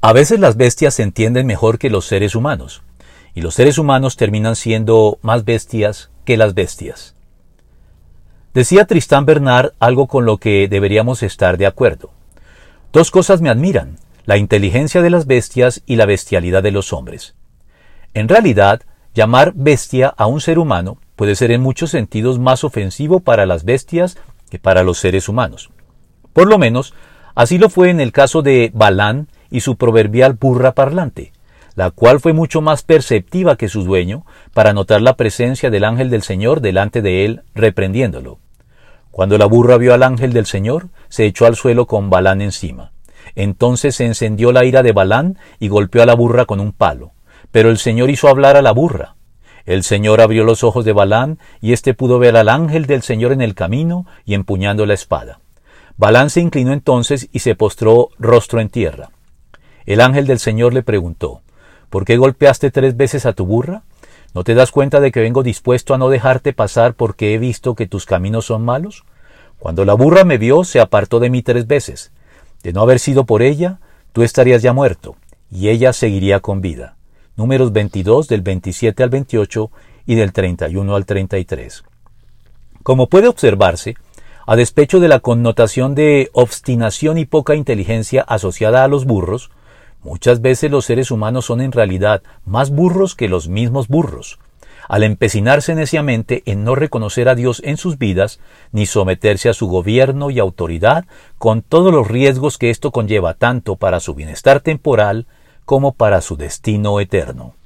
A veces las bestias se entienden mejor que los seres humanos, y los seres humanos terminan siendo más bestias que las bestias. Decía Tristán Bernard algo con lo que deberíamos estar de acuerdo. Dos cosas me admiran, la inteligencia de las bestias y la bestialidad de los hombres. En realidad, llamar bestia a un ser humano puede ser en muchos sentidos más ofensivo para las bestias que para los seres humanos. Por lo menos, así lo fue en el caso de Balaam y su proverbial burra parlante, la cual fue mucho más perceptiva que su dueño para notar la presencia del ángel del Señor delante de él, reprendiéndolo. Cuando la burra vio al ángel del Señor, se echó al suelo con Balaam encima. Entonces se encendió la ira de Balaam y golpeó a la burra con un palo. Pero el Señor hizo hablar a la burra. El Señor abrió los ojos de Balaam, y éste pudo ver al ángel del Señor en el camino y empuñando la espada. Balaam se inclinó entonces y se postró rostro en tierra. El ángel del Señor le preguntó, ¿por qué golpeaste 3 veces a tu burra? ¿No te das cuenta de que vengo dispuesto a no dejarte pasar porque he visto que tus caminos son malos? Cuando la burra me vio, se apartó de mí 3 veces. De no haber sido por ella, tú estarías ya muerto, y ella seguiría con vida. Números 22, del 27 al 28 y del 31 al 33. Como puede observarse, a despecho de la connotación de obstinación y poca inteligencia asociada a los burros, muchas veces los seres humanos son en realidad más burros que los mismos burros, al empecinarse neciamente en no reconocer a Dios en sus vidas, ni someterse a su gobierno y autoridad, con todos los riesgos que esto conlleva tanto para su bienestar temporal como para su destino eterno.